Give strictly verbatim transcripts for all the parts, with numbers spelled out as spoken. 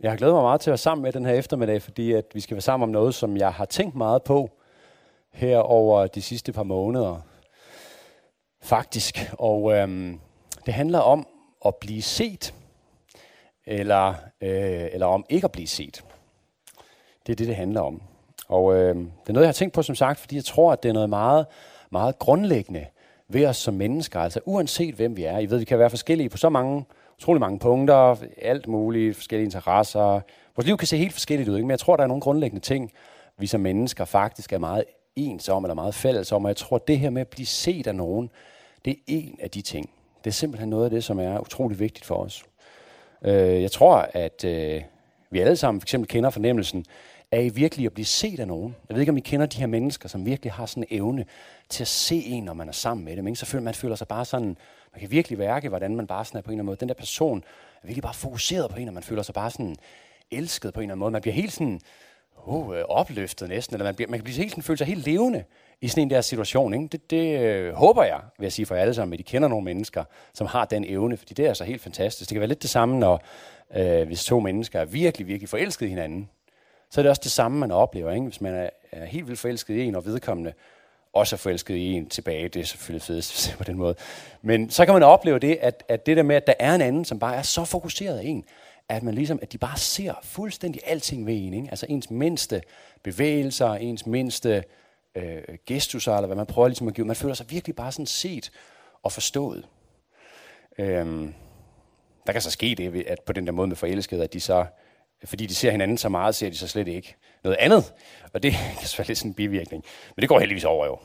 Jeg har glædet mig meget til at være sammen med den her eftermiddag, fordi at vi skal være sammen om noget, som jeg har tænkt meget på her over de sidste par måneder. Faktisk. Og øhm, det handler om at blive set, eller, øh, eller om ikke at blive set. Det er det, det handler om. Og øh, det er noget, jeg har tænkt på, som sagt, fordi jeg tror, at det er noget meget, meget grundlæggende ved os som mennesker. Altså uanset hvem vi er. I ved, vi kan være forskellige på så mange, utrolig mange punkter, alt muligt, forskellige interesser. Vores liv kan se helt forskelligt ud, ikke? Men jeg tror, der er nogle grundlæggende ting, vi som mennesker faktisk er meget ens om, eller meget fælles om. Og jeg tror, at det her med at blive set af nogen, det er en af de ting. Det er simpelthen noget af det, som er utrolig vigtigt for os. Jeg tror, at øh, vi alle sammen for eksempel kender fornemmelsen af virkelig at blive set af nogen. Jeg ved ikke, om I kender de her mennesker, som virkelig har sådan en evne til at se en, når man er sammen med dem. Ikke? Så føler man føler sig bare sådan, man kan virkelig værke, hvordan man bare sådan er på en eller anden måde. Den der person er virkelig bare fokuseret på en, og man føler sig bare sådan elsket på en eller anden måde. Man bliver helt sådan uh, opløftet næsten, eller man, bliver, man kan blive helt sådan, føle sig helt levende i sådan en der situation. Ikke? Det, det øh, håber jeg, vil jeg sige for jer alle sammen, at I kender nogle mennesker, som har den evne, fordi det er altså helt fantastisk. Det kan være lidt det samme, når øh, hvis to mennesker er virkelig, virkelig forelskede i hinanden. Så er det også det samme, man oplever. Ikke? Hvis man er, er helt vildt forelsket i en, og vedkommende også er forelsket i en tilbage, det er selvfølgelig fedest på den måde. Men så kan man opleve det, at, at det der med, at der er en anden, som bare er så fokuseret af en, at man ligesom, at de bare ser fuldstændig alting ved en. Ikke? Altså ens mindste bevægelser, ens mindste øh, gestusser, eller hvad man prøver ligesom at give. Man føler sig virkelig bare sådan set og forstået. Øhm, der kan så ske det, at på den der måde med forelskede, at de så, fordi de ser hinanden så meget, ser de så slet ikke noget andet. Og det kan selvfølgelig lidt sådan en bivirkning. Men det går heldigvis over jo.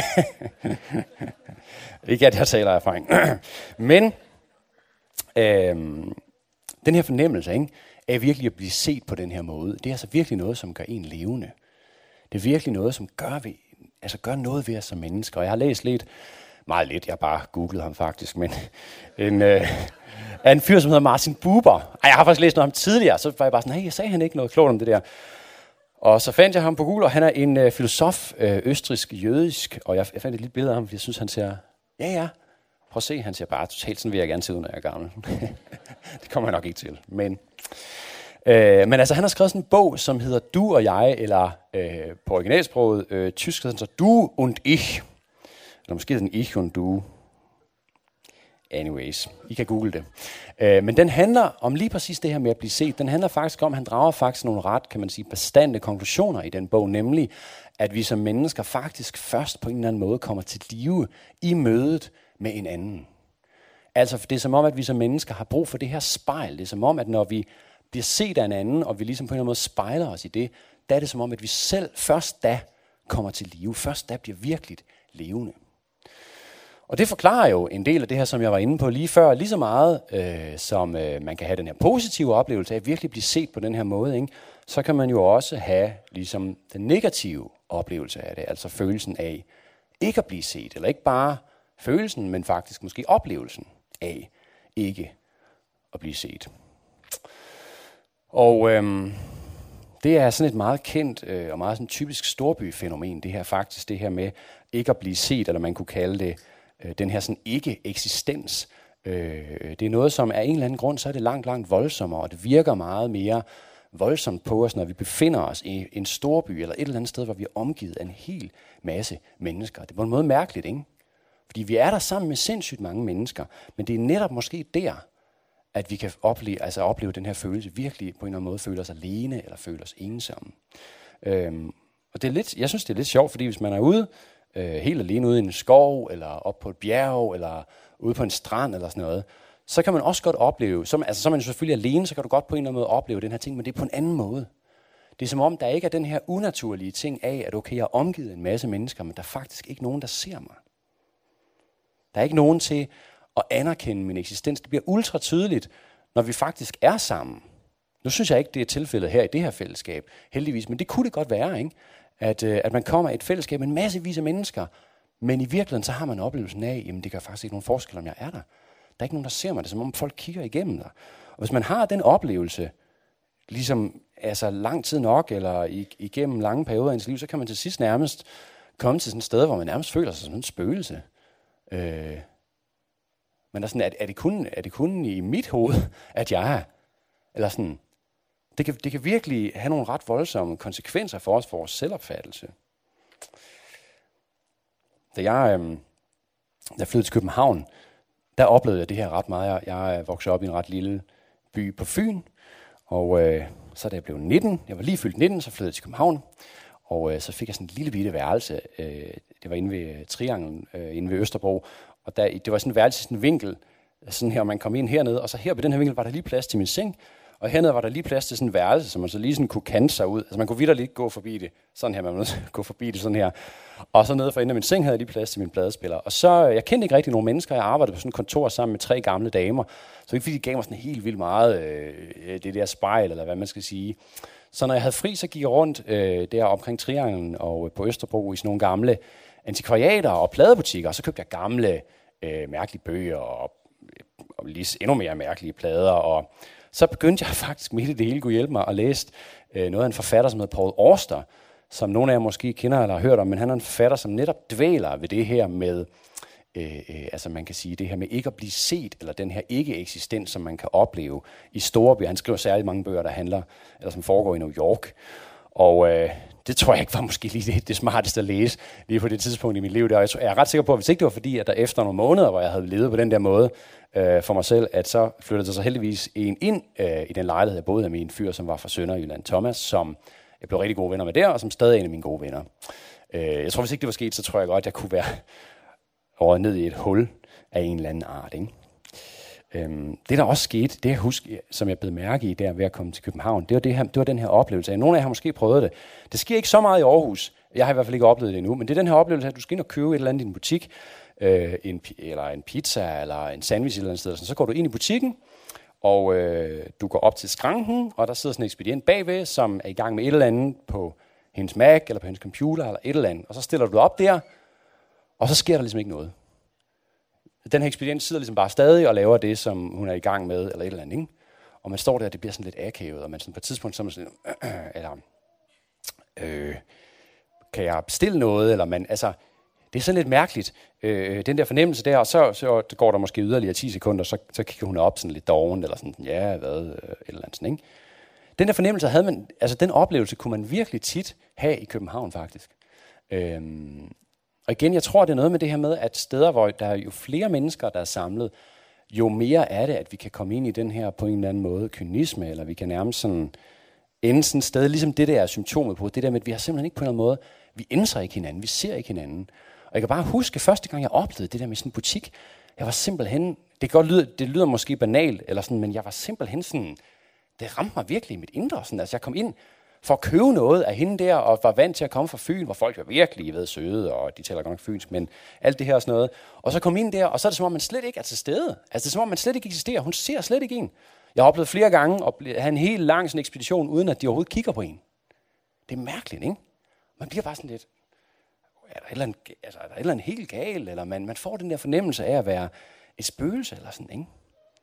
Ikke at jeg taler af erfaring. Men øhm, den her fornemmelse, ikke, af virkelig at blive set på den her måde, det er altså virkelig noget, som gør en levende. Det er virkelig noget, som gør, ved, altså gør noget ved os som mennesker. Og jeg har læst lidt, meget lidt, jeg har bare googlet ham faktisk, men en, øh, en fyr, som hedder Martin Buber. Ej, jeg har faktisk læst noget om ham tidligere, så var jeg bare sådan, hey, jeg sagde han ikke noget klogt om det der. Og så fandt jeg ham på Google, og han er en øh, filosof, øh, østrisk-jødisk, og jeg, jeg fandt et lille billede af ham, fordi jeg synes, han ser, ja ja, prøv at se, han ser bare totalt, sådan vil jeg gerne se ud, når jeg er gammel. Det kommer jeg nok ikke til, men... Øh, men altså, han har skrevet sådan en bog, som hedder Du og jeg, eller øh, på originalsproget øh, tysk, hedder den så Du und ich. Eller måske den Ich und Du. Anyways, I kan google det. Øh, men den handler om lige præcis det her med at blive set. Den handler faktisk om, han drager faktisk nogle ret, kan man sige, bestandte konklusioner i den bog, nemlig at vi som mennesker faktisk først på en eller anden måde kommer til live i mødet med en anden. Altså, for det er som om, at vi som mennesker har brug for det her spejl. Det er som om, at når vi bliver set af en anden, og vi ligesom på en eller anden måde spejler os i det, der er det som om, at vi selv først da kommer til live. Først da bliver virkelig levende. Og det forklarer jo en del af det her, som jeg var inde på lige før, lige så meget, øh, som øh, man kan have den her positive oplevelse af at virkelig blive set på den her måde, ikke? Så kan man jo også have ligesom den negative oplevelse af det, altså følelsen af ikke at blive set, eller ikke bare følelsen, men faktisk måske oplevelsen af ikke at blive set. Og øhm, det er sådan et meget kendt øh, og meget sådan typisk storbyfænomen, det her faktisk, det her med ikke at blive set, eller man kunne kalde det øh, den her sådan ikke-eksistens. Øh, det er noget, som af en eller anden grund, så er det langt, langt voldsommere, og det virker meget mere voldsomt på os, når vi befinder os i en storby, eller et eller andet sted, hvor vi er omgivet af en hel masse mennesker. Det er på en måde mærkeligt, ikke? Fordi vi er der sammen med sindssygt mange mennesker, men det er netop måske der, at vi kan opleve, altså opleve den her følelse, virkelig på en eller anden måde føle os alene, eller føle os ensomme. Øhm, og det er lidt, jeg synes, det er lidt sjovt, fordi hvis man er ude, øh, helt alene ude i en skov, eller op på et bjerg, eller ude på en strand, eller sådan noget, så kan man også godt opleve, så, altså så er man jo selvfølgelig alene, så kan du godt på en eller anden måde opleve den her ting, men det er på en anden måde. Det er som om, der ikke er den her unaturlige ting af, at okay, jeg er omgivet af en masse mennesker, men der er faktisk ikke nogen, der ser mig. Der er ikke nogen til at anerkende min eksistens. Det bliver ultra tydeligt, når vi faktisk er sammen. Nu synes jeg ikke, det er tilfældet her i det her fællesskab, heldigvis, men det kunne det godt være, ikke? At, øh, at man kommer i et fællesskab med en massevis af mennesker, men i virkeligheden så har man oplevelsen af, jamen det gør faktisk ikke nogen forskel, om jeg er der. Der er ikke nogen, der ser mig. Det er som om folk kigger igennem dig. Og hvis man har den oplevelse, ligesom altså lang tid nok, eller igennem lange perioder af ens liv, så kan man til sidst nærmest komme til sådan et sted, hvor man nærmest føler sig som en spøgelse. Øh, men er, sådan, er, er, det kun, er det kun i mit hoved, at jeg er? Eller sådan, Det kan, det kan virkelig have nogle ret voldsomme konsekvenser for os, for vores selvopfattelse. Da jeg, øh, da jeg flyttede til København, der oplevede jeg det her ret meget. Jeg voksede op i en ret lille by på Fyn, og øh, så da jeg blev nitten, jeg var lige fyldt nitten, så flyttede jeg til København, og øh, så fik jeg sådan en lille bitte værelse. Øh, det var inde ved Trianglen, øh, inde ved Østerbro, og der, det var sådan en værelse, sådan en vinkel, sådan her, man kom ind hernede, og så her på den her vinkel var der lige plads til min seng, og hernede var der lige plads til sådan en værelse, så man så lige sådan kunne kante sig ud. Altså man kunne vitterligt ikke gå forbi det, sådan her, man kunne gå forbi det sådan her. Og så nede for enden af min seng havde jeg lige plads til min pladespiller. Og så, jeg kendte ikke rigtig nogen mennesker, jeg arbejdede på sådan et kontor sammen med tre gamle damer, så ikke fordi de gav mig sådan helt vildt meget, øh, det der spejl, eller hvad man skal sige. Så når jeg havde fri, så gik jeg rundt øh, der omkring Trianglen og øh, på Østerbro i sådan nogle gamle antikvariater og pladebutikker, og så købte jeg gamle, øh, mærkelige bøger og, og lige endnu mere mærkelige plader, og så begyndte jeg faktisk midt i det hele kunne hjælpe mig og læste øh, noget af en forfatter, som hedder Paul Auster, som nogle af jer måske kender eller har hørt om, men han er en forfatter, som netop dvæler ved det her med, øh, øh, altså man kan sige det her med ikke at blive set, eller den her ikke-eksistens, som man kan opleve i store byer. Han skriver særligt mange bøger, der handler, eller som foregår i New York, og øh, det tror jeg ikke var måske lige det, det smarteste at læse lige på det tidspunkt i mit liv. Der. Jeg er ret sikker på, at hvis ikke det var fordi, at der efter nogle måneder, hvor jeg havde levet på den der måde øh, for mig selv, at så flyttede der så heldigvis en ind øh, i den lejlighed, jeg boede med en fyr, som var fra Sønderjylland, Thomas, som jeg blev rigtig gode venner med der, og som stadig er en af mine gode venner. Øh, jeg tror, hvis ikke det var sket, så tror jeg godt, at jeg kunne være over ned i et hul af en eller anden art, ikke? Øhm, det der også skete, det jeg husker, som jeg blev mærke i der ved at komme til København, det var, det her, det var den her oplevelse. Nogle af jer har måske prøvet det. Det sker ikke så meget i Aarhus. Jeg har i hvert fald ikke oplevet det endnu, men det er den her oplevelse, at du skal ind og købe et eller andet i en butik, øh, en, eller en pizza, eller en sandwich et eller andet sted. Så går du ind i butikken, og øh, du går op til skranken, og der sidder sådan en ekspedient bagved, som er i gang med et eller andet på hendes Mac, eller på hendes computer, eller et eller andet. Og så stiller du op der, og så sker der ligesom ikke noget. Den her ekspedient sidder ligesom bare stadig og laver det, som hun er i gang med, eller et eller andet, ikke? Og man står der, og det bliver sådan lidt akavet, og man sådan på et tidspunkt, så er man sådan, øh, eller, øh, kan jeg bestille noget, eller man, altså, det er sådan lidt mærkeligt, øh, den der fornemmelse der, og så, så går der måske yderligere ti sekunder, så, så kigger hun op sådan lidt doven, eller sådan, ja, hvad, øh, et eller andet sådan, ikke? Den der fornemmelse havde man, altså den oplevelse kunne man virkelig tit have i København, faktisk. Øhm, Og igen, jeg tror, det er noget med det her med, at steder, hvor der er jo flere mennesker, der er samlet, jo mere er det, at vi kan komme ind i den her på en eller anden måde kynisme, eller vi kan nærmest sådan ende sådan et sted, ligesom det der er symptomet på, det der med, at vi har simpelthen ikke på en eller anden måde, vi indser ikke hinanden, vi ser ikke hinanden. Og jeg kan bare huske, første gang jeg oplevede det der med sådan en butik, jeg var simpelthen, det kan godt lyde, det lyder måske banalt, eller sådan, men jeg var simpelthen sådan, det ramte mig virkelig i mit indre, sådan, altså jeg kom ind, for at købe noget af hende der, og var vant til at komme fra Fyn, hvor folk var virkelig ved søde, og de taler godt nok fynsk, men alt det her og sådan noget. Og så kom ind der, og så er det som om, man slet ikke er til stede. Altså det er som om, man slet ikke eksisterer. Hun ser slet ikke en. Jeg har oplevet flere gange at have en helt lang sådan ekspedition, uden at de overhovedet kigger på en. Det er mærkeligt, ikke? Man bliver bare sådan lidt, er der et eller andet, altså, er der et eller andet helt galt, eller man, man får den der fornemmelse af at være et spøgelse, eller sådan, ikke?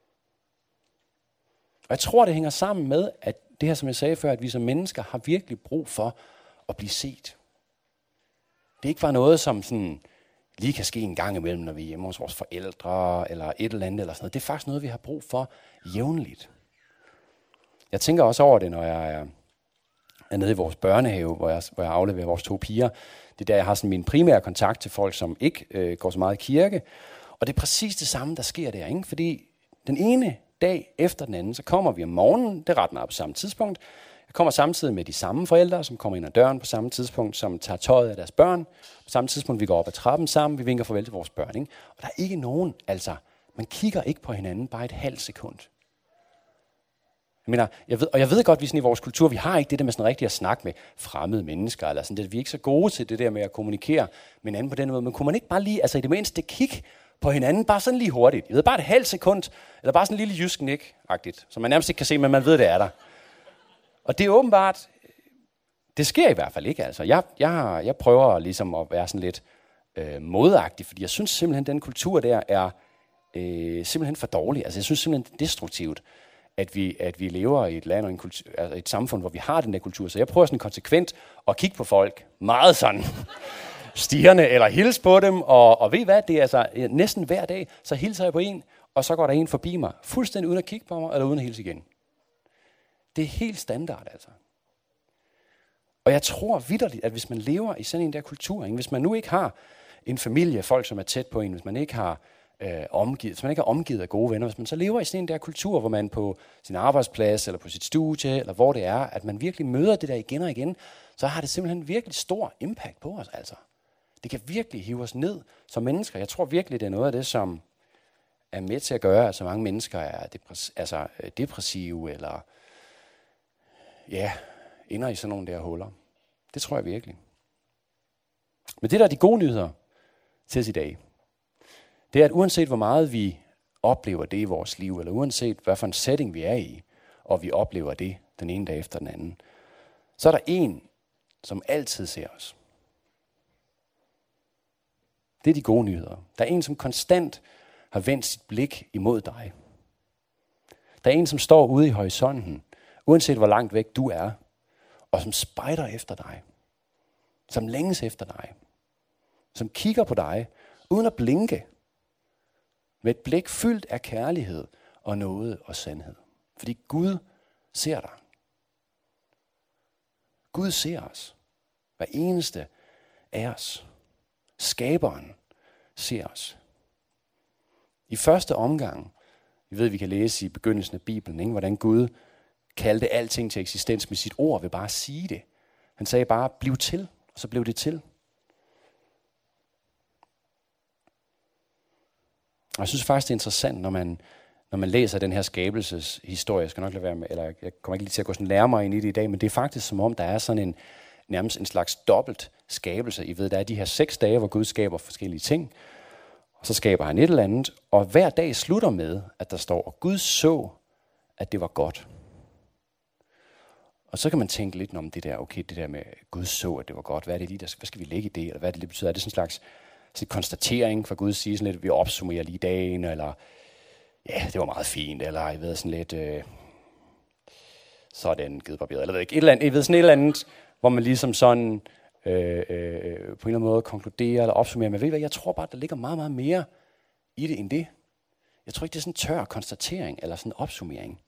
Og jeg tror, det hænger sammen med, at det her, som jeg sagde før, at vi som mennesker har virkelig brug for at blive set. Det er ikke bare noget, som sådan lige kan ske en gang imellem, når vi er hjemme hos vores forældre, eller et eller andet, eller sådan noget. Det er faktisk noget, vi har brug for jævnligt. Jeg tænker også over det, når jeg er, er nede i vores børnehave, hvor jeg, hvor jeg afleverer vores to piger. Det er der, jeg har sådan min primære kontakt til folk, som ikke øh, går så meget i kirke. Og det er præcis det samme, der sker der, ikke? Fordi den ene dag efter den anden, så kommer vi om morgenen, det er ret meget på samme tidspunkt. Jeg kommer samtidig med de samme forældre, som kommer ind ad døren på samme tidspunkt, som tager tøjet af deres børn. På samme tidspunkt, vi går op ad trappen sammen, vi vinker farvel til vores børn, ikke? Og der er ikke nogen, altså, man kigger ikke på hinanden bare et halvt sekund. Jeg mener, jeg ved, og jeg ved godt, at vi sådan i vores kultur, vi har ikke det der med sådan rigtig at snakke med fremmede mennesker, eller sådan det. Vi er ikke så gode til det der med at kommunikere med hinanden på den måde, men kunne man ikke bare lige, altså i det mindste kigge på hinanden, bare sådan lige hurtigt. Jeg ved, bare et halvt sekund, eller bare sådan en lille jysk nik-agtigt, som man nærmest ikke kan se, men man ved, det er der. Og det er åbenbart, det sker i hvert fald ikke, altså. Jeg, jeg, jeg prøver ligesom at være sådan lidt øh, modagtig, fordi jeg synes simpelthen, den kultur der er øh, simpelthen for dårlig. Altså jeg synes simpelthen, det er destruktivt, at vi, at vi lever i et land og en kultur, altså et samfund, hvor vi har den der kultur. Så jeg prøver sådan konsekvent at kigge på folk meget sådan stigerne, eller hilse på dem, og, og ved I hvad, det er altså næsten hver dag, så hilser jeg på en, og så går der en forbi mig, fuldstændig uden at kigge på mig, eller uden at hilse igen. Det er helt standard, altså. Og jeg tror vitterligt, at hvis man lever i sådan en der kultur, ikke? Hvis man nu ikke har en familie, folk som er tæt på en, hvis man ikke har øh, omgivet, hvis man ikke er omgivet af gode venner, hvis man så lever i sådan en der kultur, hvor man på sin arbejdsplads, eller på sit studie, eller hvor det er, at man virkelig møder det der igen og igen, så har det simpelthen virkelig stor impact på os, altså. Det kan virkelig hive os ned som mennesker. Jeg tror virkelig, det er noget af det, som er med til at gøre, at så mange mennesker er depress- altså, depressive, eller ja, ender i sådan nogle der huller. Det tror jeg virkelig. Men det, der er de gode nyheder til os i dag, det er, at uanset hvor meget vi oplever det i vores liv, eller uanset hvad for en setting vi er i, og vi oplever det den ene dag efter den anden, så er der en, som altid ser os. Det er de gode nyheder. Der er en, som konstant har vendt sit blik imod dig. Der er en, som står ude i horisonten, uanset hvor langt væk du er, og som spejder efter dig. Som længes efter dig. Som kigger på dig, uden at blinke. Med et blik fyldt af kærlighed og nåde og sandhed. Fordi Gud ser dig. Gud ser os. Hver eneste af os. Skaberen ser os. I første omgang, vi ved, vi kan læse i begyndelsen af Bibelen, ikke? Hvordan Gud kaldte alting til eksistens med sit ord ved bare at sige det. Han sagde bare, bliv til, og så blev det til. Og jeg synes faktisk, det er interessant, når man, når man læser den her skabelseshistorie. Jeg skal nok lade være med, eller jeg kommer ikke lige til at gå sådan nærmere ind i det i dag, men det er faktisk som om, der er sådan en, nærmest en slags dobbelt skabelse. I ved, der er de her seks dage, hvor Gud skaber forskellige ting, og så skaber han et eller andet, og hver dag slutter med, at der står, og Gud så, at det var godt. Og så kan man tænke lidt om det der, okay, det der med, Gud så, at det var godt. Hvad er det lige, der, hvad skal vi lægge i det? Eller hvad er det, det betyder? Er det sådan en slags sådan en konstatering fra Gud sige sådan lidt, at vi opsummerer lige dagen, eller ja, det var meget fint, eller jeg ved sådan lidt, øh, sådan givet barberet, eller ved ikke, et eller andet, jeg ved sådan et eller andet, hvor man ligesom sådan øh, øh, på en eller anden måde konkluderer eller opsummerer. Men ved I hvad, jeg tror bare, at der ligger meget, meget mere i det end det. Jeg tror ikke, det er sådan en tør konstatering eller sådan en opsummering.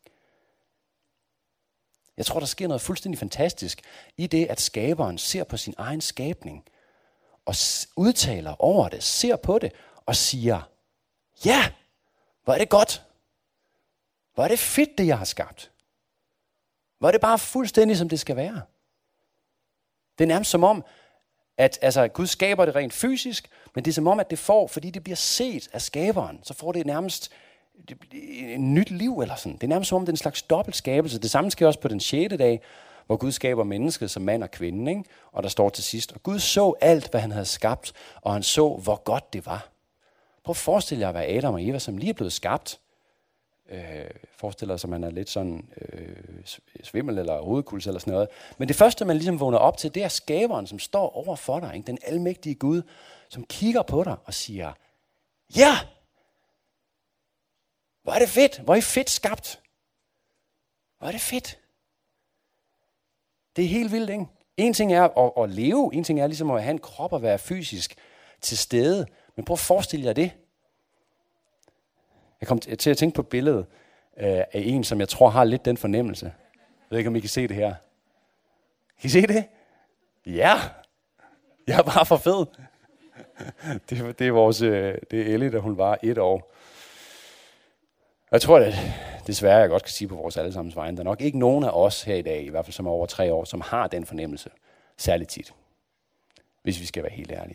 Jeg tror, der sker noget fuldstændig fantastisk i det, at skaberen ser på sin egen skabning og udtaler over det, ser på det og siger, ja, hvor er det godt. Hvor er det fedt, det jeg har skabt. Hvor er det bare fuldstændig, som det skal være. Det er nærmest som om, at altså, Gud skaber det rent fysisk, men det er som om, at det får, fordi det bliver set af skaberen, så får det nærmest en nyt liv eller sådan. Det er nærmest som om, det er en slags dobbeltskabelse. Det samme sker også på den sjette dag, hvor Gud skaber mennesket som mand og kvinde, ikke? Og der står til sidst, og Gud så alt, hvad han havde skabt, og han så, hvor godt det var. Prøv at forestille jer at være Adam og Eva, som lige er blevet skabt. Øh, forestiller sig, at man er lidt sådan øh, svimmel eller hovedkuls eller sådan noget. Men det første, man ligesom vågner op til, det er skaberen, som står over for dig. Ikke? Den almægtige Gud, som kigger på dig og siger, ja! Hvor er det fedt! Hvor er I fedt skabt! Hvor er det fedt! Det er helt vildt, ikke? En ting er at, at leve, en ting er ligesom at have en krop og være fysisk til stede. Men prøv at forestille jer det. Jeg kom til at tænke på et billede øh, af en, som jeg tror har lidt den fornemmelse. Jeg ved ikke, om I kan se det her. Kan I se det? Ja! Jeg er bare for fed. det, det er vores, øh, det er Elle, da hun var et år. Jeg tror, at desværre jeg godt kan sige på vores allesammens vegne, der er nok ikke nogen af os her i dag, i hvert fald som er over tre år, som har den fornemmelse særligt tit. Hvis vi skal være helt ærlige.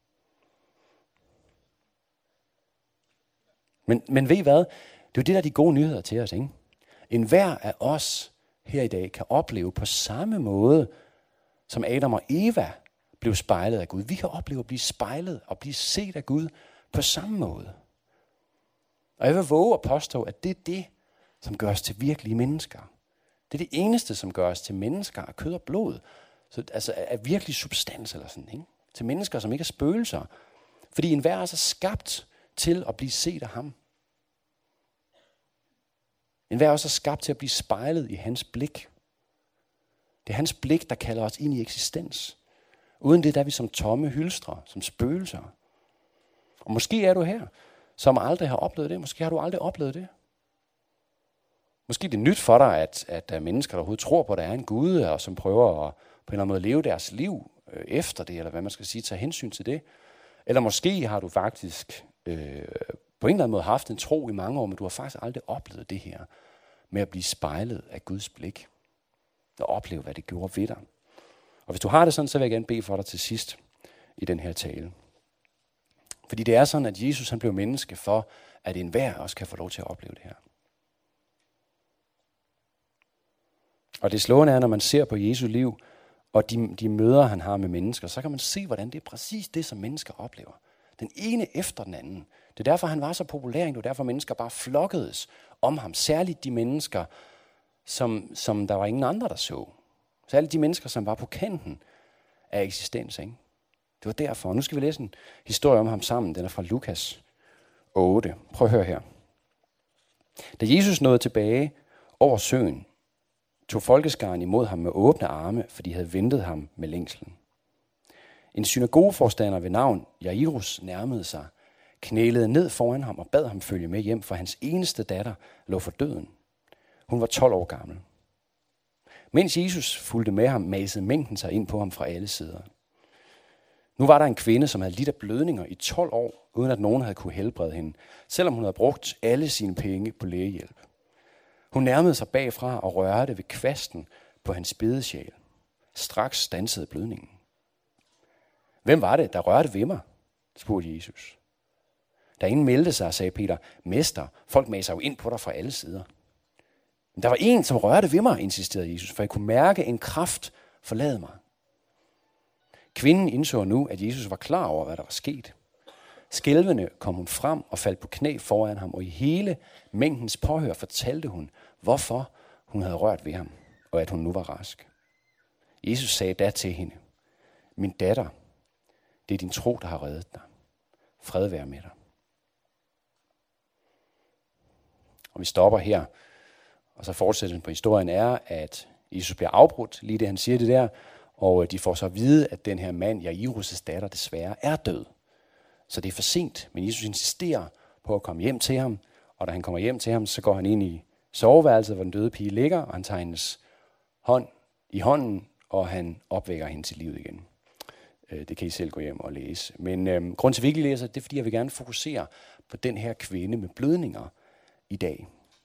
Men, men ved I hvad? Det er jo det, der er de gode nyheder til os, ikke? En hver af os her i dag kan opleve på samme måde, som Adam og Eva blev spejlet af Gud. Vi kan opleve at blive spejlet og blive set af Gud på samme måde. Og jeg vil våge at påstå, at det er det, som gør os til virkelige mennesker. Det er det eneste, som gør os til mennesker af kød og blod. Så, altså af virkelig substans eller sådan, ikke? Til mennesker, som ikke er spøgelser. Fordi enhver er så skabt til at blive set af ham. Enhver er også skabt til at blive spejlet i hans blik. Det er hans blik, der kalder os ind i eksistens. Uden det der er vi som tomme hylstre, som spøgelser. Og måske er du her, som aldrig har oplevet det. Måske har du aldrig oplevet det. Måske det er nyt for dig, at, at der er mennesker, der overhovedet tror på, at der er en Gud, og som prøver at på en eller anden måde leve deres liv øh, efter det, eller hvad man skal sige, tage hensyn til det. Eller måske har du faktisk øh, på en eller anden måde haft en tro i mange år, men du har faktisk aldrig oplevet det her med at blive spejlet af Guds blik. Og opleve, hvad det gjorde ved dig. Og hvis du har det sådan, så vil jeg gerne bede for dig til sidst i den her tale. Fordi det er sådan, at Jesus han blev menneske for, at enhver også kan få lov til at opleve det her. Og det slående er, når man ser på Jesu liv, og de, de møder, han har med mennesker, så kan man se, hvordan det er præcis det, som mennesker oplever. Den ene efter den anden. Det er derfor, han var så populær. Det er derfor, mennesker bare flokkedes om ham. Særligt de mennesker, som, som der var ingen andre, der så. Særligt de mennesker, som var på kanten af eksistens. Ikke? Det var derfor. Nu skal vi læse en historie om ham sammen. Den er fra Lukas otte. Prøv at høre her. Da Jesus nåede tilbage over søen, tog folkeskaren imod ham med åbne arme, for de havde ventet ham med længslen. En synagogeforstander ved navn Jairus nærmede sig, knælede ned foran ham og bad ham følge med hjem, for hans eneste datter lå for døden. Hun var tolv år gammel. Mens Jesus fulgte med ham, masede mængden sig ind på ham fra alle sider. Nu var der en kvinde, som havde lidt af blødninger i tolv år, uden at nogen havde kunne helbrede hende, selvom hun havde brugt alle sine penge på lægehjælp. Hun nærmede sig bagfra og rørte ved kvasten på hans bedesjæl. Straks standsede blødningen. Hvem var det, der rørte ved mig? Spurgte Jesus. Da ingen meldte sig, sagde Peter, mester, folk maser jo ind på dig fra alle sider. Men der var en, som rørte ved mig, insisterede Jesus, for jeg kunne mærke en kraft forlade mig. Kvinden indså nu, at Jesus var klar over, hvad der var sket. Skælvende kom hun frem og faldt på knæ foran ham, og i hele mængdens påhør fortalte hun, hvorfor hun havde rørt ved ham, og at hun nu var rask. Jesus sagde da til hende, min datter, det er din tro, der har reddet dig. Fred være med dig. Og vi stopper her, og så fortsætter på historien er, at Jesus bliver afbrudt, lige det han siger det der, og de får så at vide, at den her mand, Jairus' datter, desværre er død. Så det er for sent, men Jesus insisterer på at komme hjem til ham, og da han kommer hjem til ham, så går han ind i soveværelset, hvor den døde pige ligger, og han tager hendes hånd i hånden, og han opvækker hende til livet igen. Det kan I selv gå hjem og læse. Men øhm, grund til, at vi ikke læser, det er, fordi jeg vil gerne fokusere på den her kvinde med blødninger i dag.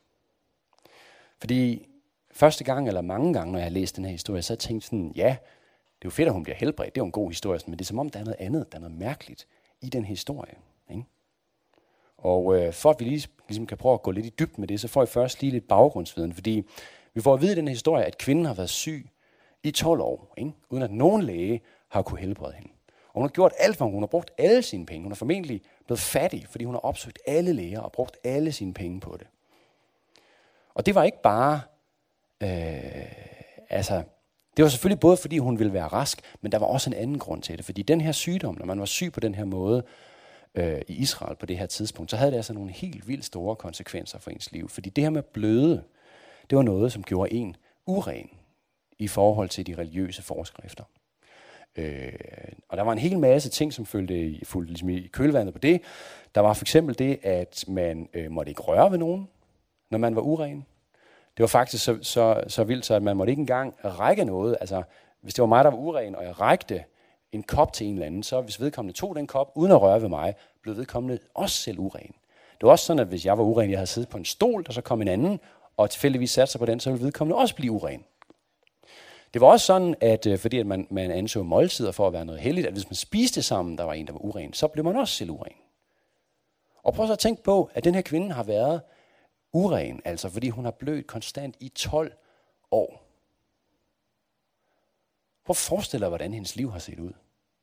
Fordi første gang, eller mange gange, når jeg har læst den her historie, så har jeg tænkt sådan, ja, det er jo fedt, at hun bliver helbredt, det er jo en god historie, men det er som om, der er noget andet, der er noget mærkeligt i den historie. Ikke? Og øh, for at vi lige, ligesom kan prøve at gå lidt i dybden med det, så får I først lige lidt baggrundsviden, fordi vi får at vide i den her historie, at kvinden har været syg i tolv år, ikke? Uden at nogen læge har kunne helbrede hende. Og hun har gjort alt, for hun har brugt alle sine penge. Hun er formentlig blevet fattig, fordi hun har opsøgt alle læger og brugt alle sine penge på det. Og det var ikke bare, øh, altså, det var selvfølgelig både fordi hun ville være rask, men der var også en anden grund til det. Fordi den her sygdom, når man var syg på den her måde øh, i Israel på det her tidspunkt, så havde det altså nogle helt vildt store konsekvenser for ens liv. Fordi det her med bløde, det var noget, som gjorde en uren i forhold til de religiøse forskrifter. Øh, og der var en hel masse ting, som fulgte i, fulgte ligesom i kølvandet på det. Der var for eksempel det, at man øh, måtte ikke røre ved nogen, når man var uren. Det var faktisk så, så, så vildt, så at man måtte ikke engang række noget. Altså, hvis det var mig, der var uren, og jeg rækte en kop til en eller anden, så hvis vedkommende tog den kop, uden at røre ved mig, blev vedkommende også selv uren. Det var også sådan, at hvis jeg var uren, jeg havde siddet på en stol, der så kom en anden, og tilfældigvis satte sig på den, så ville vedkommende også blive uren. Det var også sådan, at øh, fordi at man, man anså måltider for at være noget helligt, at hvis man spiste sammen, der var en, der var uren, så blev man også selv uren. Og prøv så at tænke på, at den her kvinde har været uren, altså fordi hun har blødt konstant i tolv år. Prøv at forestille dig, hvordan hendes liv har set ud.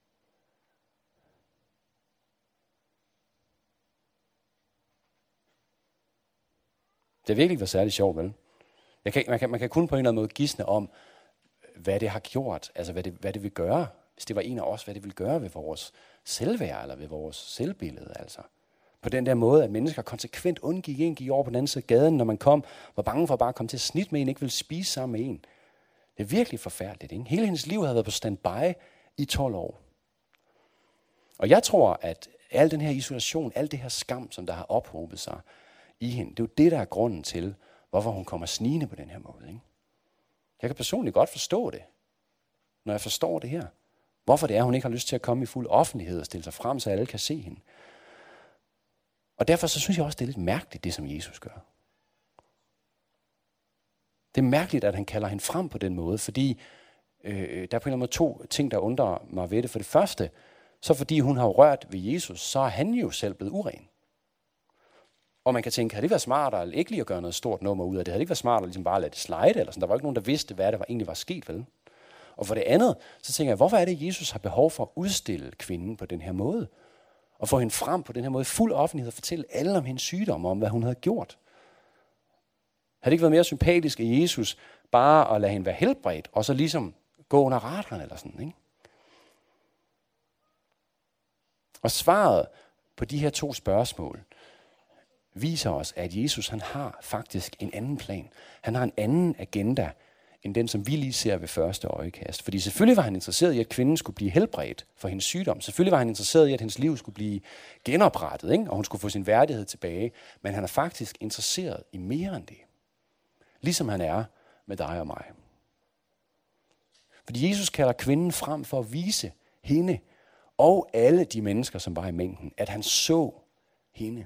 Det har virkelig været særlig sjovt, vel? Jeg kan, man, kan, man kan kun på en eller anden måde gisne om, hvad det har gjort, altså hvad det, hvad det vil gøre, hvis det var en af os, hvad det vil gøre ved vores selvværd, eller ved vores selvbillede, altså. På den der måde, at mennesker konsekvent undgik en, gik over på den anden side af gaden, når man kom, var bange for at bare komme til at snit med en, ikke ville spise sammen med en. Det er virkelig forfærdeligt, ikke? Hele hendes liv havde været på standby i tolv år. Og jeg tror, at al den her isolation, al det her skam, som der har ophobet sig i hende, det er jo det, der er grunden til, hvorfor hun kommer snigende på den her måde. Ikke? Jeg kan personligt godt forstå det, når jeg forstår det her. Hvorfor det er, hun ikke har lyst til at komme i fuld offentlighed og stille sig frem, så alle kan se hende. Og derfor så synes jeg også, det er lidt mærkeligt, det som Jesus gør. Det er mærkeligt, at han kalder hende frem på den måde, fordi øh, der er på en eller anden måde to ting, der undrer mig ved det. For det første, så fordi hun har rørt ved Jesus, så er han jo selv blevet uren. Og man kan tænke, havde det været smartere eller ikke lige at gøre noget stort nummer ud af det? Havde det ikke været smartere ligesom bare at lade det slide? Eller sådan? Der var ikke nogen, der vidste, hvad der var, egentlig var sket, vel? Og for det andet, så tænker jeg, hvorfor er det, Jesus har behov for at udstille kvinden på den her måde? Og få hende frem på den her måde, fuld offentlighed, og fortælle alle om hendes sygdom, om hvad hun havde gjort. Havde det ikke været mere sympatisk af Jesus bare at lade hende være helbredt, og så ligesom gå under radaren eller sådan, ikke? Og svaret på de her to spørgsmål viser os, at Jesus han har faktisk en anden plan. Han har en anden agenda, end den, som vi lige ser ved første øjekast. Fordi selvfølgelig var han interesseret i, at kvinden skulle blive helbredt for hendes sygdom. Selvfølgelig var han interesseret i, at hendes liv skulle blive genoprettet, ikke? Og hun skulle få sin værdighed tilbage. Men han er faktisk interesseret i mere end det. Ligesom han er med dig og mig. Fordi Jesus kalder kvinden frem for at vise hende og alle de mennesker, som var i mængden, at han så hende.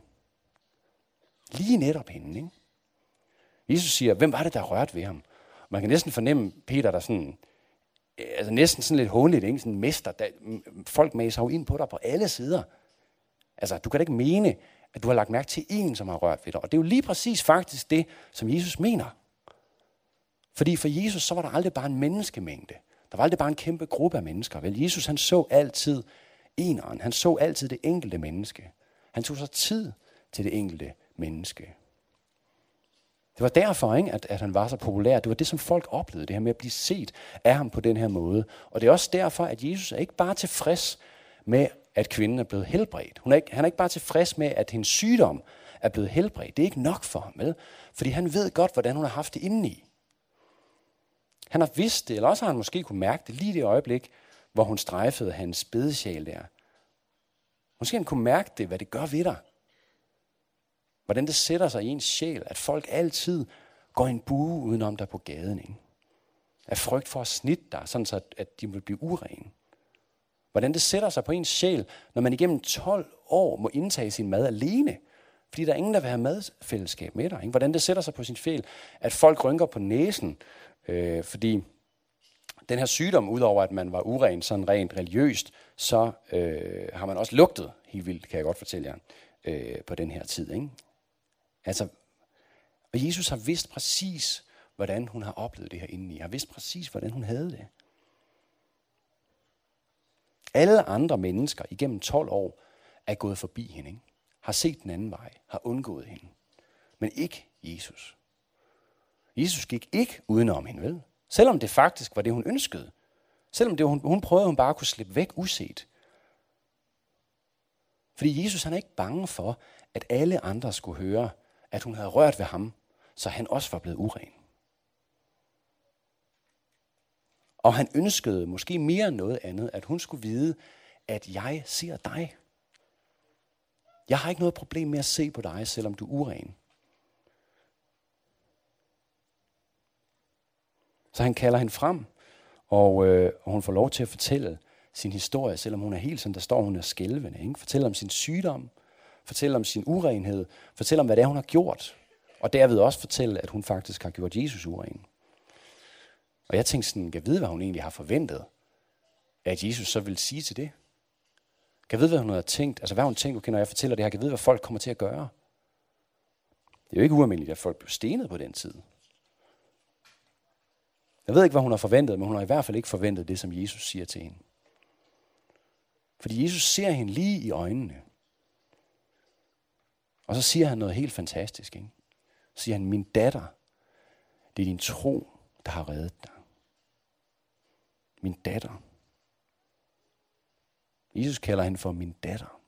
Lige netop hende, ikke? Jesus siger, hvem var det, der rørte ved ham? Man kan næsten fornemme Peter, der sådan, altså næsten sådan lidt hånligt, ikke? Sådan en mester, der, folk maser jo ind på dig på alle sider. Altså, du kan da ikke mene, at du har lagt mærke til en, som har rørt ved dig. Og det er jo lige præcis faktisk det, som Jesus mener. Fordi for Jesus, så var der aldrig bare en menneskemængde. Der var aldrig bare en kæmpe gruppe af mennesker. Vel, Jesus, han så altid eneren. Han så altid det enkelte menneske. Han tog sig tid til det enkelte menneske. Det var derfor, ikke, at, at han var så populær. Det var det, som folk oplevede, det her med at blive set af ham på den her måde. Og det er også derfor, at Jesus er ikke bare tilfreds med, at kvinden er blevet helbredt. Hun er ikke, han er ikke bare tilfreds med, at hendes sygdom er blevet helbredt. Det er ikke nok for ham, vel? Fordi han ved godt, hvordan hun har haft det indeni. Han har vidst det, eller også har han måske kunne mærke det lige det øjeblik, hvor hun strejfede hans bedesjæl der. Måske han kunne mærke det, hvad det gør ved dig. Hvordan det sætter sig i ens sjæl, at folk altid går en bue udenom dig på gaden, ikke? Af frygt for at snitte dig, sådan så at de vil blive urene. Hvordan det sætter sig på ens sjæl, når man igennem tolv år må indtage sin mad alene, fordi der er ingen, der vil have madfællesskab med dig, ikke? Hvordan det sætter sig på sin sjæl, at folk rynker på næsen, øh, fordi den her sygdom, udover at man var uren sådan rent religiøst, så øh, har man også lugtet helt vildt, kan jeg godt fortælle jer, øh, på den her tid, ikke? Altså, og Jesus har vidst præcis, hvordan hun har oplevet det her indeni. Har vidst præcis, hvordan hun havde det. Alle andre mennesker igennem tolv år er gået forbi hende, ikke? Har set den anden vej, har undgået hende. Men ikke Jesus. Jesus gik ikke udenom hende, vel? Selvom det faktisk var det, hun ønskede. Selvom det, hun, hun prøvede, at hun bare kunne slippe væk uset. Fordi Jesus, han er ikke bange for, at alle andre skulle høre, at hun havde rørt ved ham, så han også var blevet uren. Og han ønskede måske mere end noget andet, at hun skulle vide, at jeg ser dig. Jeg har ikke noget problem med at se på dig, selvom du er uren. Så han kalder hende frem, og, øh, og hun får lov til at fortælle sin historie, selvom hun er helt sådan, der står hun er skælvende, ikke? Fortæller om sin sygdom, fortæller om sin urenhed, fortæller om, hvad det er, hun har gjort, og derved også fortælle, at hun faktisk har gjort Jesus uren. Og jeg tænkte sådan, kan jeg vide, hvad hun egentlig har forventet, at Jesus så vil sige til det? Kan jeg vide, hvad hun har tænkt? Altså, hvad hun tænkt, okay, når jeg fortæller det her, kan jeg vide, hvad folk kommer til at gøre? Det er jo ikke ualmindeligt, at folk blev stenet på den tid. Jeg ved ikke, hvad hun har forventet, men hun har i hvert fald ikke forventet det, som Jesus siger til hende. Fordi Jesus ser hende lige i øjnene. Og så siger han noget helt fantastisk, ikke? Så siger han, min datter, det er din tro, der har reddet dig. Min datter. Jesus kalder hende for min datter.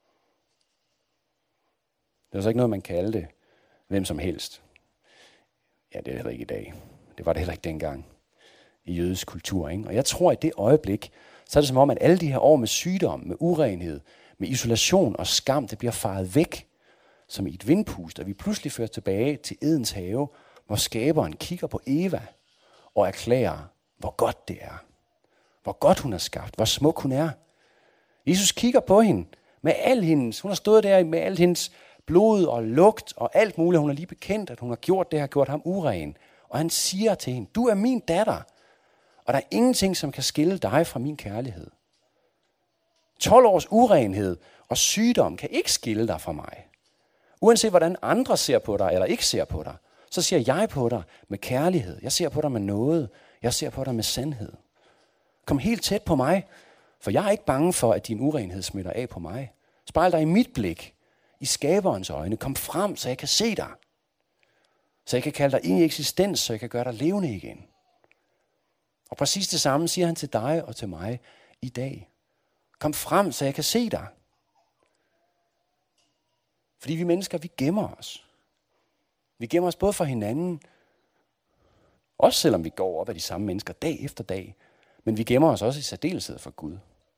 Det er altså ikke noget, man kaldte hvem som helst. Ja, det er heller ikke i dag. Det var det heller ikke dengang i jødisk kultur, ikke? Og jeg tror, at i det øjeblik, så er det som om, at alle de her år med sygdom, med urenhed, med isolation og skam, det bliver faret væk som i et vindpust, og vi pludselig fører tilbage til Edens have, hvor skaberen kigger på Eva og erklærer, hvor godt det er. Hvor godt hun er skabt, hvor smuk hun er. Jesus kigger på hende med al hendes, hun har stået der med al hendes blod og lugt og alt muligt. Hun er lige bekendt, at hun har gjort det, har gjort ham uren. Og han siger til hende, du er min datter, og der er ingenting, som kan skille dig fra min kærlighed. tolv års urenhed og sygdom kan ikke skille dig fra mig. Uanset hvordan andre ser på dig eller ikke ser på dig, så ser jeg på dig med kærlighed. Jeg ser på dig med noget. Jeg ser på dig med sandhed. Kom helt tæt på mig, for jeg er ikke bange for, at din urenhed smitter af på mig. Spejl dig i mit blik, i skaberens øjne. Kom frem, så jeg kan se dig. Så jeg kan kalde dig ind i eksistens, så jeg kan gøre dig levende igen. Og præcis det samme siger han til dig og til mig i dag. Kom frem, så jeg kan se dig. Fordi vi mennesker, vi gemmer os. Vi gemmer os både for hinanden, også selvom vi går op af de samme mennesker dag efter dag, men vi gemmer os også i særdeleshed for Gud.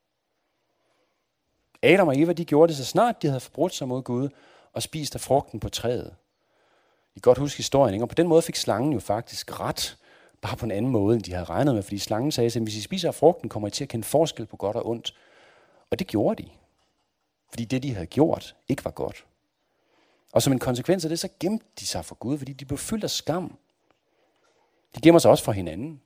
Adam og Eva, de gjorde det så snart, de havde forbrudt sig mod Gud og spist af frugten på træet. I kan godt huske historien, ikke? Og på den måde fik slangen jo faktisk ret, bare på en anden måde, end de havde regnet med, fordi slangen sagde, at hvis I spiser af frugten, kommer I til at kende forskel på godt og ondt. Og det gjorde de, fordi det, de havde gjort, ikke var godt. Og som en konsekvens af det, så gemte de sig for Gud, fordi de blev fyldt af skam. De gemmer sig også for hinanden.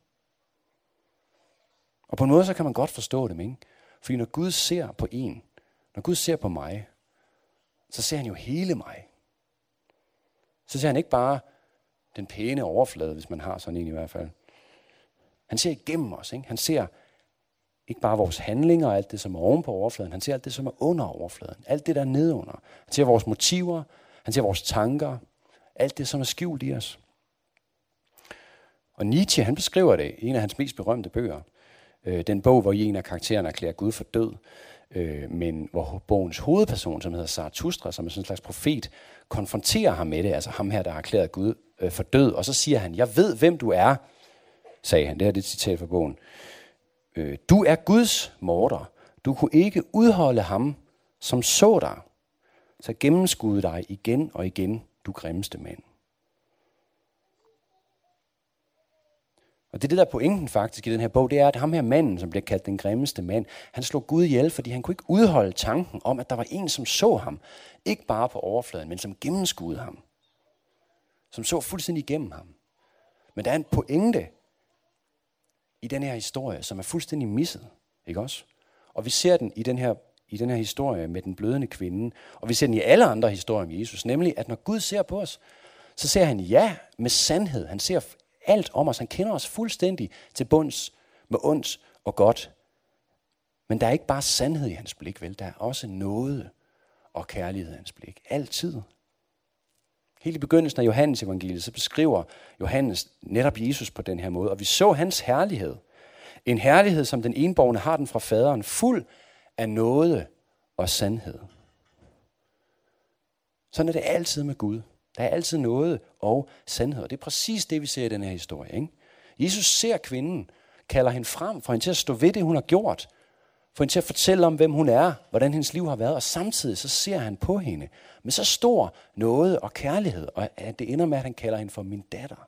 Og på en måde, så kan man godt forstå dem, ikke? Fordi når Gud ser på en, når Gud ser på mig, så ser han jo hele mig. Så ser han ikke bare den pæne overflade, hvis man har sådan en i hvert fald. Han ser igennem os, ikke? Han ser ikke bare vores handlinger og alt det, som er oven på overfladen. Han ser alt det, som er under overfladen. Alt det, der er nedunder. Han ser vores motiver. Han ser vores tanker. Alt det, som er skjult i os. Og Nietzsche, han beskriver det i en af hans mest berømte bøger. Øh, den bog, hvor en af karaktererne erklærer Gud for død. Øh, men hvor bogens hovedperson, som hedder Zarathustra, som er sådan en slags profet, konfronterer ham med det. Altså ham her, der har erklæret Gud øh, for død. Og så siger han, jeg ved, hvem du er, sagde han. Det her det er et citat fra bogen. Du er Guds morder. Du kunne ikke udholde ham, som så dig. Så gennemskuede dig igen og igen, du grimmeste mand. Og det er det, der er pointen faktisk i den her bog, det er, at ham her manden, som bliver kaldt den grimmeste mand, han slog Gud ihjel, fordi han kunne ikke udholde tanken om, at der var en, som så ham. Ikke bare på overfladen, men som gennemskuede ham. Som så fuldstændig igennem ham. Men der er en pointe i den her historie, som er fuldstændig misset, ikke også? Og vi ser den i den her i den her historie med den blødende kvinde, og vi ser den i alle andre historier om Jesus, nemlig at når Gud ser på os, så ser han ja med sandhed. Han ser alt om os. Han kender os fuldstændig til bunds med ondt og godt. Men der er ikke bare sandhed i hans blik, vel? Der er også nåde og kærlighed i hans blik. Altid. Helt i begyndelsen af Johannes evangeliet, så beskriver Johannes netop Jesus på den her måde. Og vi så hans herlighed. En herlighed, som den enbårne har den fra faderen, fuld af nåde og sandhed. Sådan er det altid med Gud. Der er altid nåde og sandhed. Og det er præcis det, vi ser i den her historie, ikke? Jesus ser kvinden, kalder hende frem, for hende til at stå ved det, hun har gjort. For hende til at fortælle om, hvem hun er, hvordan hendes liv har været. Og samtidig så ser han på hende med så stor nåde og kærlighed. Og at det ender med, at han kalder hende for min datter.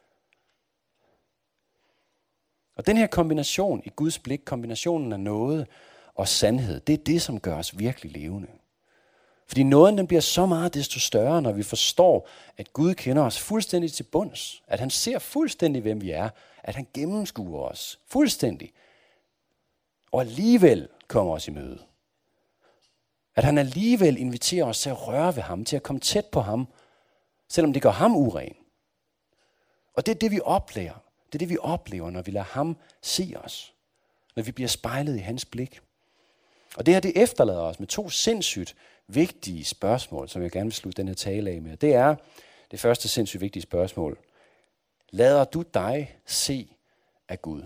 Og den her kombination i Guds blik, kombinationen af nåde og sandhed, det er det, som gør os virkelig levende. Fordi nåden den bliver så meget desto større, når vi forstår, at Gud kender os fuldstændig til bunds. At han ser fuldstændig, hvem vi er. At han gennemskuer os fuldstændig. Og alligevel kommer os i møde. At han alligevel inviterer os til at røre ved ham, til at komme tæt på ham, selvom det gør ham uren. Og det er det, vi oplever. Det er det, vi oplever, når vi lader ham se os. Når vi bliver spejlet i hans blik. Og det her, det efterlader os med to sindssygt vigtige spørgsmål, som jeg gerne vil slutte den her tale af med. Det er det første sindssygt vigtige spørgsmål. Lader du dig se af Gud?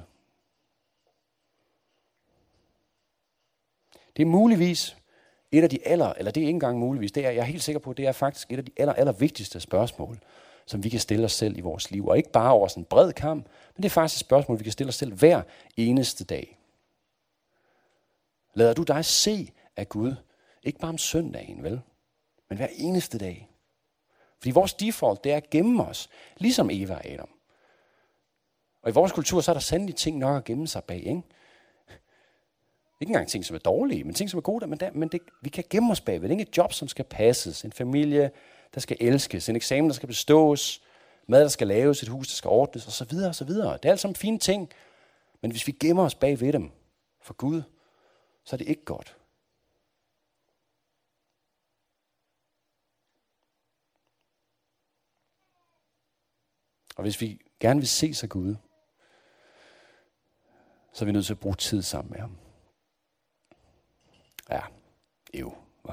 Det er muligvis et af de aller, eller det er ikke engang muligvis, det er jeg er helt sikker på, det er faktisk et af de aller, aller vigtigste spørgsmål, som vi kan stille os selv i vores liv. Og ikke bare over sådan en bred kamp, men det er faktisk et spørgsmål, vi kan stille os selv hver eneste dag. Lader du dig se af Gud? Ikke bare om søndagen, vel? Men hver eneste dag. Fordi vores default, det er at gemme os, ligesom Eva og Adam. Og i vores kultur, så er der sandelig ting nok at gemme sig bag, ikke? Ikke engang ting, som er dårlige, men ting, som er gode, men, der, men det, vi kan gemme os bagved. Det er ikke et job, som skal passes, en familie, der skal elskes, en eksamen, der skal bestås, mad, der skal laves, et hus, der skal ordnes, osv. osv. Det er alt sammen fine ting, men hvis vi gemmer os bagved dem for Gud, så er det ikke godt. Og hvis vi gerne vil se sig Gud, så er vi nødt til at bruge tid sammen med ham. Ja, jo, hva?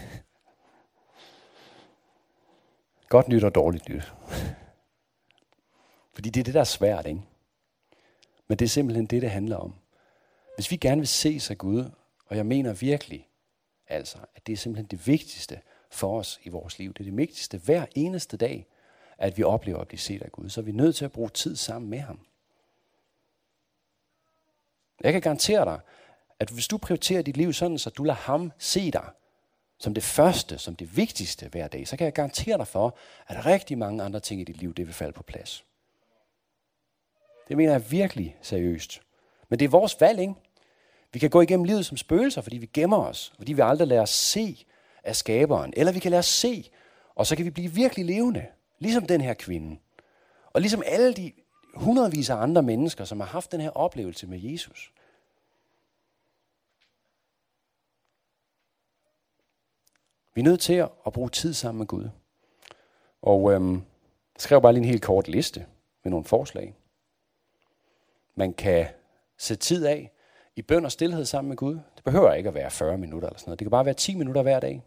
Godt nyt og dårligt nyt. Fordi det er det, der er svært, ikke? Men det er simpelthen det, det handler om. Hvis vi gerne vil se sig Gud, og jeg mener virkelig, altså, at det er simpelthen det vigtigste for os i vores liv. Det er det vigtigste hver eneste dag, at vi oplever at blive set af Gud. Så er vi nødt til at bruge tid sammen med ham. Jeg kan garantere dig, at hvis du prioriterer dit liv sådan, så du lader ham se dig som det første, som det vigtigste hver dag, så kan jeg garantere dig for, at rigtig mange andre ting i dit liv, det vil falde på plads. Det mener jeg virkelig seriøst. Men det er vores valg, ikke? Vi kan gå igennem livet som spøgelser, fordi vi gemmer os, fordi vi aldrig lader os se af skaberen. Eller vi kan lade os se, og så kan vi blive virkelig levende, ligesom den her kvinde. Og ligesom alle de hundredvis af andre mennesker, som har haft den her oplevelse med Jesus. Vi er nødt til at bruge tid sammen med Gud. Og øhm, jeg skrev bare lige en helt kort liste med nogle forslag. Man kan sætte tid af i bøn og stilhed sammen med Gud. Det behøver ikke at være fyrre minutter eller sådan noget. Det kan bare være ti minutter hver dag.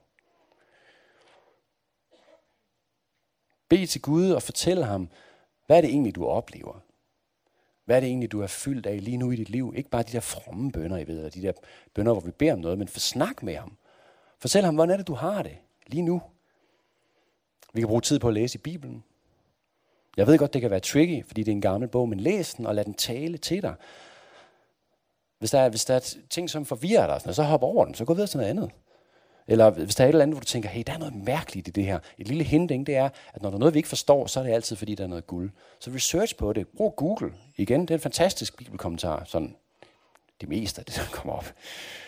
Bed til Gud og fortæl ham, hvad er det egentlig, du oplever? Hvad er det egentlig, du er fyldt af lige nu i dit liv? Ikke bare de der fromme bønner, I ved, eller de der bønner, hvor vi beder om noget, men for snak med ham. Fortæl ham, hvordan er det, du har det lige nu? Vi kan bruge tid på at læse i Bibelen. Jeg ved godt, det kan være tricky, fordi det er en gammel bog, men læs den og lad den tale til dig. Hvis der er, hvis der er ting, som forvirrer dig, sådan, så hop over dem, så gå videre til noget andet. Eller hvis der er et eller andet, hvor du tænker, hey, der er noget mærkeligt i det her. Et lille hint, det er, at når der er noget, vi ikke forstår, så er det altid, fordi der er noget guld. Så research på det. Brug Google. Igen, det er en fantastisk bibelkommentar. Sådan det meste af det, der kommer op.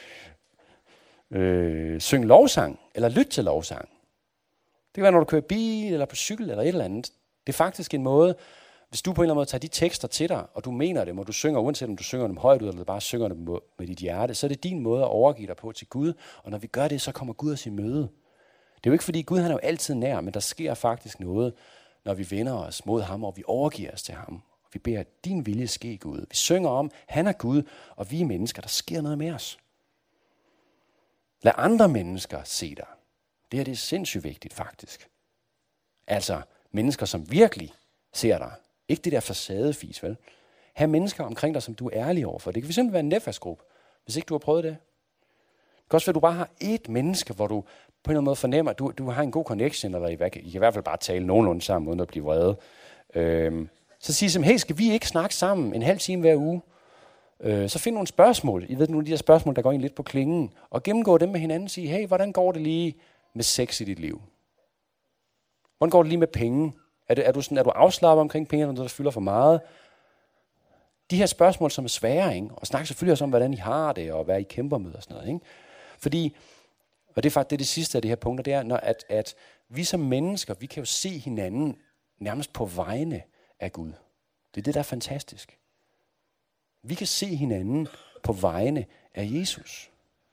Øh, syng lovsang, eller lyt til lovsang. Det kan være, når du kører bil, eller på cykel, eller et eller andet. Det er faktisk en måde, hvis du på en eller anden måde tager de tekster til dig, og du mener dem, og du synger, uanset om du synger dem højt ud, eller bare synger dem med dit hjerte, så er det din måde at overgive dig på til Gud. Og når vi gør det, så kommer Gud os i møde. Det er jo ikke fordi Gud han er jo altid nær, men der sker faktisk noget, når vi vender os mod ham, og vi overgiver os til ham. Og vi beder, at din vilje ske, Gud. Vi synger om, han er Gud, og vi er mennesker. Der sker noget med os. Lad andre mennesker se dig. Det her det er sindssygt vigtigt, faktisk. Altså mennesker, som virkelig ser dig. Ikke det der facadefis, vel? Ha' mennesker omkring dig, som du er ærlig overfor. Det kan fx være en netværksgruppe, hvis ikke du har prøvet det. Det kan også være, at du bare har ét menneske, hvor du på en eller anden måde fornemmer, at du, du har en god connection, eller I, I kan i hvert fald bare tale nogenlunde sammen, uden at blive vrede. Øhm, så sig som, hey, skal vi ikke snakke sammen en halv time hver uge? Øh, så find nogle spørgsmål. I ved nogle af de her spørgsmål, der går ind lidt på klingen, og gennemgå dem med hinanden. Sige, hey, hvordan går det lige med sex i dit liv? Hvordan går det lige med penge? Er, det, er, du, sådan, er du afslappet omkring penge, når der fylder for meget? De her spørgsmål, som er svære, ikke? Og snak selvfølgelig også om, hvordan I har det, og hvad I kæmper med og sådan noget. Ikke? Fordi, og det er faktisk det, det sidste af de her punkter, det er, når at, at vi som mennesker, vi kan jo se hinanden nærmest på vegne af Gud. Det er det, der er fantastisk. Vi kan se hinanden på vegne af Jesus.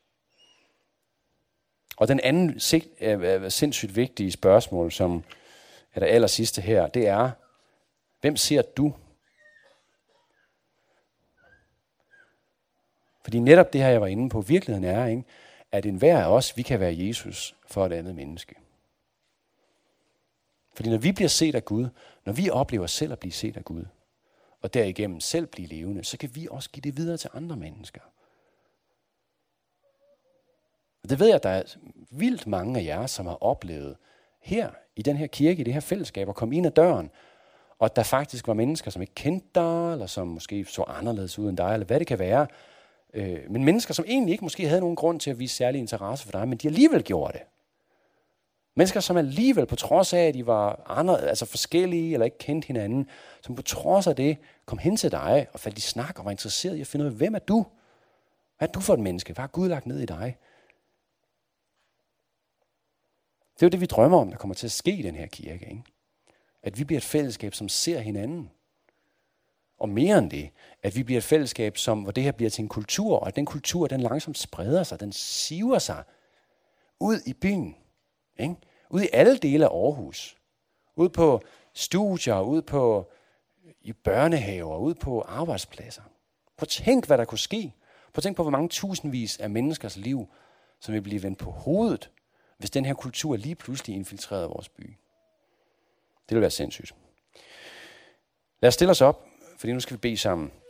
Og den anden sindssygt vigtige spørgsmål, som er det aller sidste her, det er, hvem ser du? Fordi netop det her, jeg var inde på, virkeligheden er, ikke, at enhver af os, vi kan være Jesus for et andet menneske. Fordi når vi bliver set af Gud, når vi oplever selv at blive set af Gud, og derigennem selv blive levende, så kan vi også give det videre til andre mennesker. Og det ved jeg, at der er vildt mange af jer, som har oplevet her, i den her kirke, i det her fællesskab, at komme ind ad døren, og at der faktisk var mennesker, som ikke kendte dig, eller som måske så anderledes ud end dig, eller hvad det kan være. Øh, men mennesker, som egentlig ikke måske havde nogen grund til at vise særlig interesse for dig, men de alligevel gjorde det. Mennesker, som alligevel, på trods af, at de var andre, altså forskellige, eller ikke kendte hinanden, som på trods af det, kom hen til dig, og faldt i snak, og var interesseret i at finde ud af, hvem er du? Hvad er du for et menneske? Hvad har Gud lagt ned i dig? Det er jo det, vi drømmer om, der kommer til at ske i den her kirke. Ikke? At vi bliver et fællesskab, som ser hinanden. Og mere end det, at vi bliver et fællesskab, som, hvor det her bliver til en kultur, og at den kultur, den langsomt spreder sig, den siver sig ud i byen. Ikke? Ud i alle dele af Aarhus. Ud på studier, ud på i børnehaver, ud på arbejdspladser. Prøv at tænk, hvad der kunne ske. Prøv at tænk på, hvor mange tusindvis af menneskers liv, som vil blive vendt på hovedet, hvis den her kultur lige pludselig infiltrerede vores by. Det vil være sindssygt. Lad os stille os op, fordi nu skal vi bede sammen.